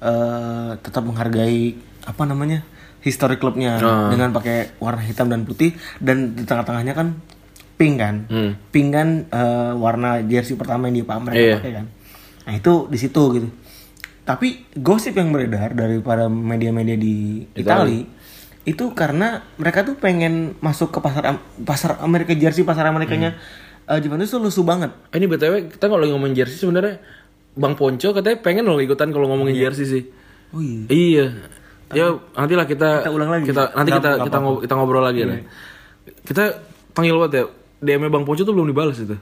eh, tetap menghargai apa namanya? Histori klubnya Oh. dengan pakai warna hitam dan putih dan di tengah-tengahnya kan pink kan. Hmm. Pink kan eh, warna jersey pertama yang dia mereka Iya. pakai kan. Nah, itu di situ gitu. Tapi gosip yang beredar daripada media-media di Italia itu karena mereka tuh pengen masuk ke pasar Am- pasar Amerika jersey pasar Amerikanya Hmm. eh, Juventus tuh lusuh banget. Ini B T W kita kalau lagi ngomongin jersey sebenarnya Bang Ponco katanya pengen loh ikutan kalau ngomongin jersey sih. Oh iya. Iya. Ya nantilah kita Kita ulang lagi. Kita nanti Nggak- kita nggak kita apa-apa. ngobrol, kita ngobrol lagi lah. Kita panggil buat ya. D M-nya Bang Ponco tuh belum dibalas itu.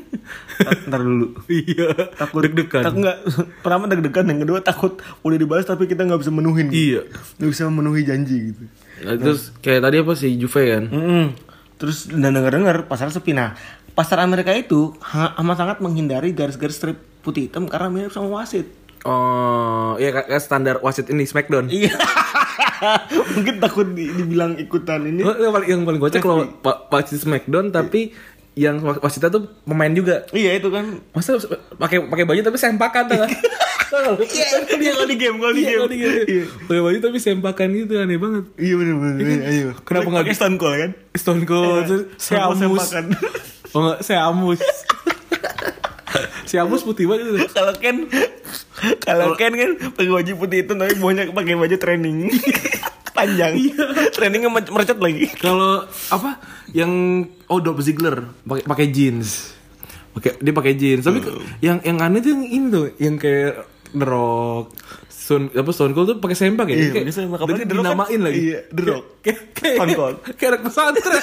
Ntar dulu. Iya. Takut deg-degan. Tak enggak. Pertama deg-degan, yang kedua takut udah dibalas tapi kita nggak bisa menuhin. Iya. Nggak bisa memenuhi janji gitu. Nah, terus kayak tadi apa sih Juve kan? Mm-mm. Terus dan dengar-dengar pasar sepi. Nah, pasar Amerika itu ha- amat sangat menghindari garis-garis strip putih hitam karena mirip sama wasit. Oh, iya kayak kayak standar wasit ini Smackdown. Iya. Mungkin takut di- dibilang ikutan ini. Oh, yang paling yang paling gocek kalau pa- wasit Smackdown tapi yang wasitnya tuh pemain juga. Iya itu kan. Masa pakai pakai baju tapi sempakan tuh. Iya, dia kalau di game, kalau di game. Iya. Pakai baju tapi sempakan gitu aneh banget. Iya benar benar. Ayo. Kenapa nggak pakai Stone Cold kan? Stone Cold, Iya. saya Stone Cold amus. sempakan. Oh enggak, saya amus. Si amus putih banget itu. Kalau Ken kalau Ken kan pakai baju putih itu tapi banyak pakai baju training. Panjang. Trainingnya merecet lagi. Kalau apa yang oh Dolph Ziggler pakai pakai jeans. Pakai dia pakai jeans. Tapi yang yang aneh tuh yang ini tuh yang kayak The Rock, Stone apa Stone Cold tuh pakai sempak ya? Iya, kayak pakai sempak. dia Apalagi The Rock kan- dinamain lagi. iya, The Rock. Kayak kayak Stone Cold. kayak anak pesantren.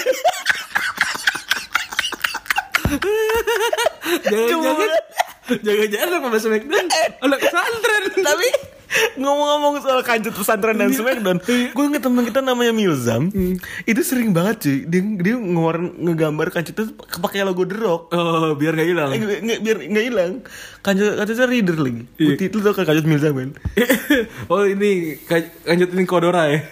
Jangan-jangan jangan-jangan anak pemain Smackdown anak pesantren. Tapi ngomong-ngomong soal kancut pesantren dan Smackdown, gue inget temen kita namanya Milzam, itu sering banget cuy, dia dia ngeluarin ngegambar kancutnya pakai logo The Rock. Oh, biar gak hilang. Eh, nggak- biar nggak hilang. Kancut kancutnya reader lagi. Putih itu tuh kan kancut Milzam kan. Oh, ini kan- lanjut ini Kodora ya.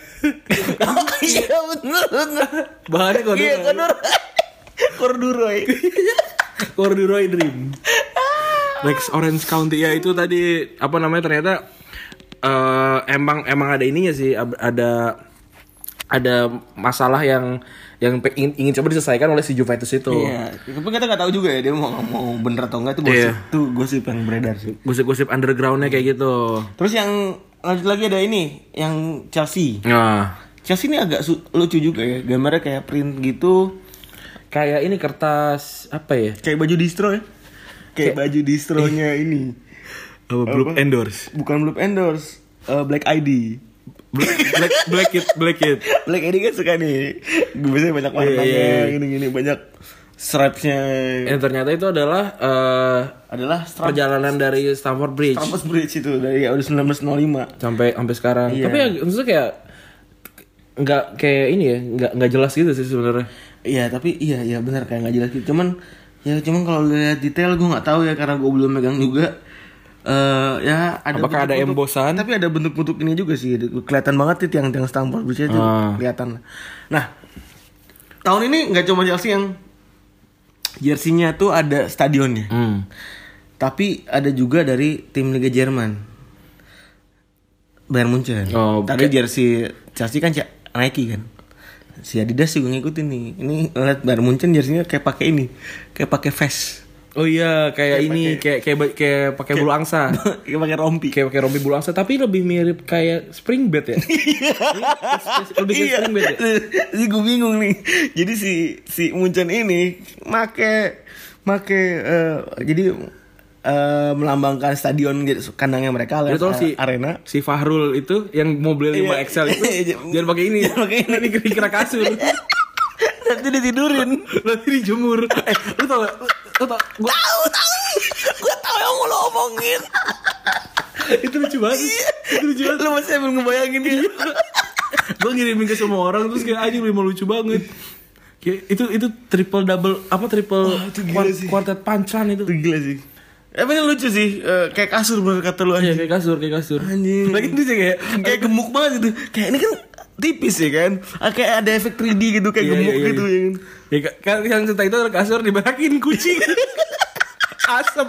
Iya bener bener. Bahannya Kodora. Iya Kodora. Korduroy. Corduroy Dream. Lex Orange County ya itu tadi apa namanya ternyata eh, emang emang ada ininya sih ab- ada ada masalah yang yang pe- ingin, ingin coba diselesaikan oleh si Juventus itu. Iya. Tapi kita nggak tahu juga ya dia mau mau bener atau enggak itu gosip. Iya. Itu gosip yang beredar sih. Gosip-gosip undergroundnya kayak gitu. Terus yang lanjut lagi ada ini yang Chelsea. Nah, Chelsea ini agak su- lucu juga ya. Gambarnya kayak print gitu. kayak ini kertas apa ya? Kayak baju distro ya. Kayak baju distronya ini. Oh, Blue Endorse. Bukan Blue Endorse. eh, Black I D. Black Black It Black It. Black I D kan suka nih. Biasanya banyak warnanya, Iya, iya. gini-gini banyak stripesnya. Yang ternyata itu adalah eh, Adalah strap perjalanan dari Stamford Bridge Stamford Bridge itu dari tahun sembilan belas nol lima. sampai sampai sekarang. Iya. Tapi ya maksudnya kayak nggak kayak ini ya, nggak nggak jelas gitu sih sebenarnya. Iya tapi iya iya benar kayak nggak jelas gitu. Cuman ya cuman kalau lihat detail gue nggak tahu ya karena gue belum megang juga. Eh ya ada Apakah ada bentuk-bentuk- embosan? Tapi ada bentuk-bentuk ini juga sih. Kelihatan banget itu yang yang Stamford Bridge itu Ah. kelihatan. Nah tahun ini nggak cuma Chelsea yang jersinya tuh ada stadionnya. Hmm. Tapi ada juga dari tim Liga Jerman. Bayern Munchen. Oh, Tadi jersey Chelsea kan Cia- Nike kan. Si Adidas juga ngikutin nih. Ini lihat Bayern Munchen jersinya kayak pakai ini, kayak pakai vest. Oh iya, kayak, ini kayak kayak ba- kayak pakai bulu angsa. Kayak pakai rompi. Kayak pakai rompi bulu angsa tapi lebih mirip kayak spring bed ya. Lebih kayak Iya. spring bed ya. Jadi gue bingung nih. Jadi si si Munchen ini make make eh, jadi eh, melambangkan stadion gitu, kandangnya mereka Jadi lihat tau si arena. si Fahrul itu yang mau beli lima Iya. X L itu Iya. jangan pakai ini. Jangan pakai ini. Ini kira-kira kasur. Nanti ditidurin. Nanti dijemur. Eh, lu tau gak? Lu tau gua Tahu tahu. Gue tahu yang mau lo omongin. itu lucu banget. Itu lucu banget. Lo masih sambil ngebayangin dia. Gue ngirimin ke semua orang terus kayak aja lima lucu banget. Kayak itu itu triple double apa triple Wah, itu gila quart- sih. quartet punchline itu. Itu gila sih. Tapi ini lucu sih. Eh, kayak kasur bener kata lu Iya anjing. kayak kasur, kayak kasur. Anjing. Lagi itu sih kayak Kayak gemuk banget gitu. Kayak ini kan tipis ya kan. Ah, kayak ada efek tiga D gitu kayak Iya, gemuk iya, iya. gitu ya kan. ya kan yang cerita itu ada kasur dibarakin kucing. Asem.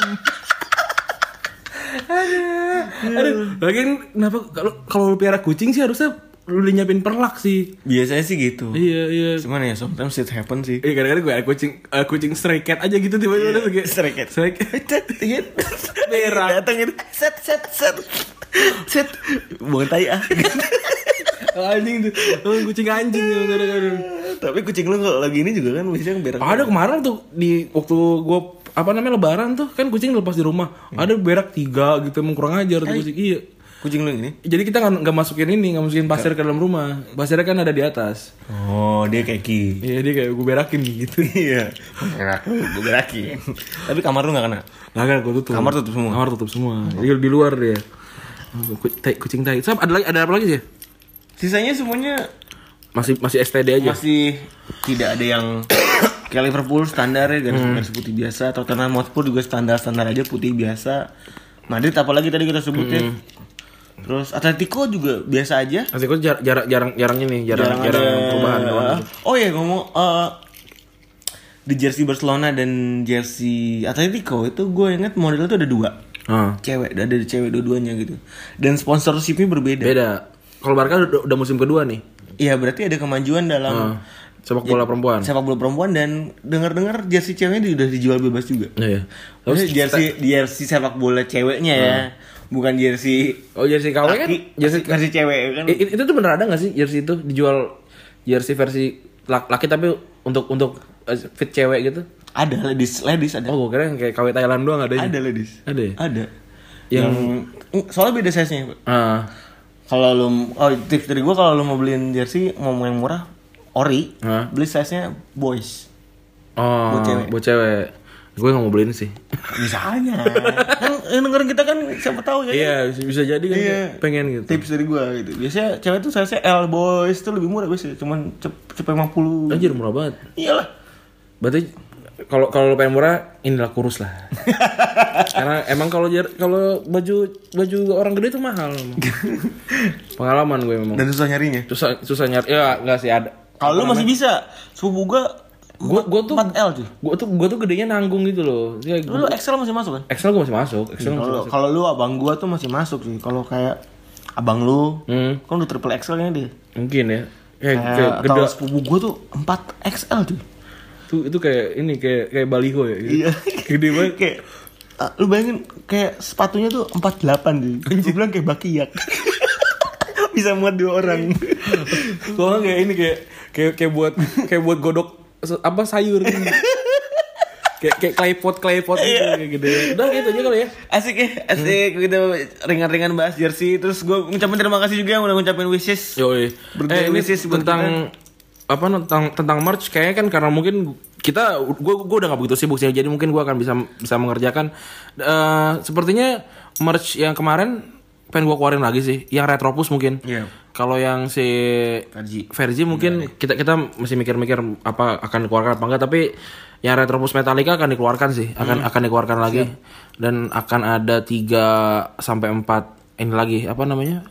Aduh. Aduh. Lagian kenapa kalau kalau lu piara kucing sih harusnya lu nyiapin perlak sih. Biasanya sih gitu. Iya, iya. Cuman ya sometimes it happen sih. Iya kadang-kadang gue ada kucing uh, kucing stray cat aja gitu tiba-tiba Iya, kayak stray cat. Stray cat. Cet, gitu. Berak. Datang gitu. Set set set. Set. Buang tai ah. Anjing tuh. Oh, kucing anjing tuh kadang-kadang. Tapi kucing lu kalau lagi ini juga kan biasanya berak. Ada kemarin tuh di waktu gue apa namanya lebaran tuh kan kucing lepas di rumah. Ada berak tiga gitu emang kurang ajar tuh kucing. Iya. Kucing lu ini? Jadi kita nggak nggak masukin ini, nggak masukin pasir ke dalam rumah. Pasirnya kan ada di atas. Oh, dia kayak ki. Iya dia kayak gue berakin gitu. Iya. Berak. Gue berakin. Tapi kamar lu enggak kena. Nah kan gue tutup. Kamar tutup semua? Kamar tutup semua. Jadi di luar dia. Ku- tai- Kucing tai. Sam, ada lagi ada apa lagi sih? Sisanya semuanya Masih masih S T D aja. masih tidak ada yang kayak Liverpool standar ya garis, garis putih biasa. Tottenham Hotspur juga standar-standar aja putih biasa. Madrid apalagi tadi kita sebutin. Terus Atletico juga biasa aja. Atletico jar, jar, jarang jarang ini, jarang jarang, Jarang ada- perubahan lawan. Oh ya ngomong eh, di jersey Barcelona dan jersey Atletico itu gue inget modelnya tuh ada dua. Ah. Cewek, ada di cewek dua-duanya gitu. Dan sponsorshipnya berbeda. Beda. Kalau Barca udah, udah musim kedua nih. Iya berarti ada kemajuan dalam Ah. Sepak bola perempuan. sepak bola perempuan dan dengar-dengar jersey ceweknya udah dijual bebas juga. Iya. Terus jersey jersey sepak bola ceweknya ya, bukan jersey Oh jersey K W kan? laki, Jersey jersey cewek kan. I- itu tuh bener ada nggak sih jersey itu dijual jersey versi lak- laki tapi untuk untuk uh, fit cewek gitu? Ada ladies, ladies ada. Oh gue kira yang kayak K W Thailand doang ada. Ada ladies. Ada ya? Ada. Yang- Yang, soalnya beda size-nya. Ah. Kalau lu oh tips dari gua kalau lu mau beliin jersey mau yang murah ori, Hah? beli size-nya boys. Oh, Buat cewek. buat cewek. Gue nggak mau beliin sih. Misalnya. Kan yang dengerin kita kan siapa tahu ya. Iya, bisa, bisa jadi kan Iya. kayak pengen gitu. Tips dari gua gitu. Biasanya cewek tuh size L, boys tuh lebih murah biasanya, cuman cep- cepet lima puluh. Anjir murah banget. Iyalah. Berarti kalau kalau lu pengen murah, inilah kurus lah. Karena emang kalau jar- kalau baju baju orang gede itu mahal. Emang. Pengalaman gue memang. Dan susah nyarinya. Susah susah nyari. Ya enggak sih ada. Kalau lu masih bisa, sepupu gua Gue gue tuh empat L tuh. Gue tuh gue tuh gedenya nanggung gitu loh. Ya, Lu X L masih masuk kan? Excel gue masih masuk. Excel masih Kalau masuk. kalau lu abang gua tuh masih masuk sih. Kalau kayak abang lu, Hmm, kan udah triple X L nya dia. mungkin ya. Kayak, Kayak, kayak atau gede. sepupu gua tuh empat X L tuh. Tuh itu kayak ini kayak kayak baliho ya. Gitu. Iya. Gede banget. Kayak ah, lu bayangin kayak sepatunya tuh empat puluh delapan tuh. Gue bilang kayak bakiak. Bisa muat dua orang. Soalnya kayak ini kayak kayak kayak buat kayak buat godok se- apa sayur gitu. kayak kayak claypot claypot gitu kayak gede. Udah gitu aja kali ya. Asik ya, asik gitu ringan-ringan bahas jersey. Terus gue ngucapin terima kasih juga yang udah ngucapin wishes. Yoi. Birthday Eh ini wishes buat tentang apa tentang tentang merch kayaknya kan karena mungkin kita gue gue udah gak begitu sibuk sih jadi mungkin gue akan bisa bisa mengerjakan. Eh sepertinya merch yang kemarin pengen gue keluarin lagi sih yang Retropus mungkin. Iya. Kalau yang si Verzi. Verzi mungkin kita kita masih mikir-mikir apa akan dikeluarkan apa enggak tapi yang Retropus Metallica akan dikeluarkan sih akan akan dikeluarkan lagi dan akan ada tiga sampai empat ini lagi apa namanya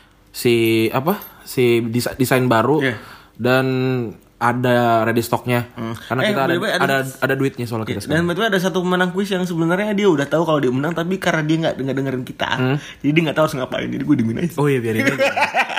si apa si desa- desain baru Iya. dan ada ready stocknya karena Eh, kita ada, by the way, ada ada- ada duitnya soalnya kita sekarang. Dan betul ada satu pemenang kuis yang sebenarnya dia udah tahu kalau dia menang tapi karena dia nggak nggak dengerin kita, jadi dia nggak tahu harus ngapain. Jadi gue dimin aja. Oh iya biarin aja.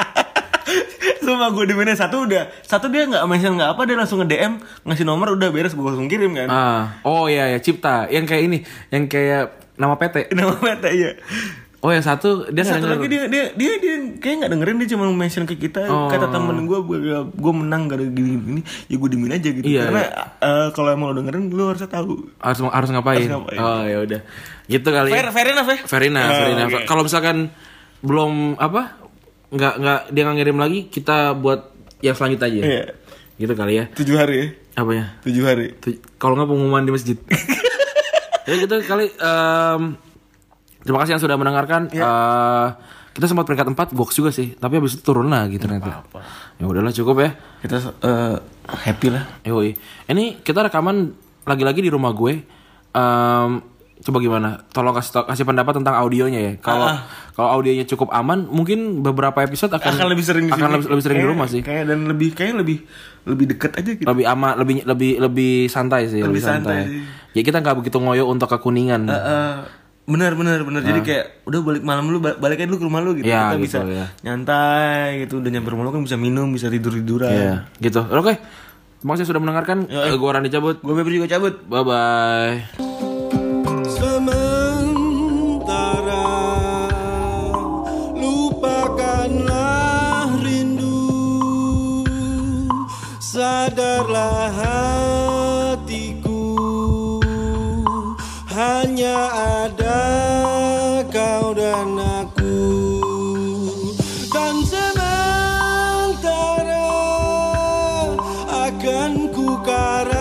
Sumpah gue dimin aja. Satu udah, satu dia nggak mention nggak apa, dia langsung nge D M ngasih nomor udah beres, gue langsung kirim kan. Ah, oh iya ya Cipta yang kayak ini yang kayak nama P T. Nama meta ya. Oh yang satu dia nggak Satu denger. lagi dia dia dia, dia kayak nggak dengerin, dia cuma mention ke kita Oh. kata temen gue gue menang gak ada gini gini, ya gue dimin aja gitu. Iya, Karena eh, kalau emang lo dengerin lo harusnya tahu. harus harus ngapain? Harus ngapain. Oh ya udah. Gitu kali Fair ya. fair enough ya. Fair enough, Ah, fair enough. oke. Kalau misalkan belum apa nggak nggak dia nggak ngirim lagi kita buat yang selanjutnya aja. Iya. Gitu kali ya. Tujuh hari ya. Apanya? Tujuh hari. Tuh, kalau nggak pengumuman di masjid. Ya gitu kali. em, terima kasih yang sudah mendengarkan. Eh, kita sempat peringkat empat box juga sih, tapi habis itu turun lagi ternyata. Ya udahlah cukup ya. Kita eh, happy lah. Yoi. Ini kita rekaman lagi-lagi di rumah gue. Em, coba gimana? Tolong kasih tau- kasih pendapat tentang audionya ya. Kalau kalau audionya cukup aman, mungkin beberapa episode akan Akan lebih sering di akan sini. lebih, lebih sering di Kayak- rumah sih. Kayak dan lebih kayak lebih lebih deket aja gitu. Lebih aman, lebih lebih lebih santai sih, lebih, Lebih santai sih. Ya kita nggak begitu ngoyo untuk ke Kuningan. Eh, eh, benar benar benar. Jadi kayak udah balik malam lu ba- balik aja dulu ke rumah lu gitu. Ya, Kita gitu, bisa ya. nyantai gitu, udah nyampe rumah lu kan bisa minum, bisa tidur-tiduran. Iya, gitu. Oke. Terima kasih sudah mendengarkan. Yoi. Eh, Gue Randy cabut. Gue Febri juga cabut. Bye bye. Sementara lupakanlah rindu, sadarlah hatiku, hanya ada kau dan aku. Dan sementara akan ku kara